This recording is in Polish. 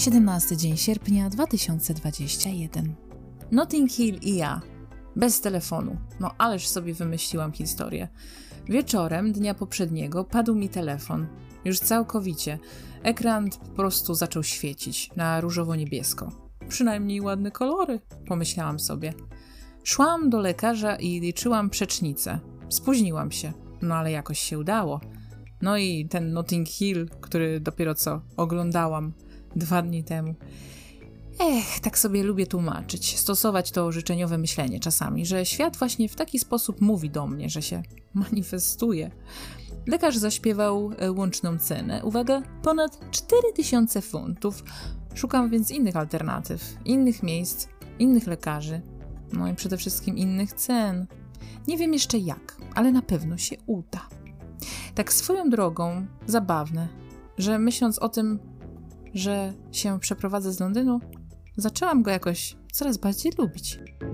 17 dzień sierpnia 2021. Notting Hill i ja. Bez telefonu. No ależ sobie wymyśliłam historię. Wieczorem dnia poprzedniego padł mi telefon. Już całkowicie. Ekran po prostu zaczął świecić na różowo-niebiesko. Przynajmniej ładne kolory, pomyślałam sobie. Szłam do lekarza i liczyłam przecznicę. Spóźniłam się, no ale jakoś się udało. No i ten Notting Hill, który dopiero co oglądałam 2 dni temu. Tak sobie lubię tłumaczyć, stosować to życzeniowe myślenie czasami, że świat właśnie w taki sposób mówi do mnie, że się manifestuje. Lekarz zaśpiewał łączną cenę, uwaga, ponad 4000 funtów. Szukam więc innych alternatyw, innych miejsc, innych lekarzy, no i przede wszystkim innych cen. Nie wiem jeszcze jak, ale na pewno się uda. Tak swoją drogą, zabawne, że myśląc o tym, że się przeprowadzę z Londynu, zaczęłam go jakoś coraz bardziej lubić.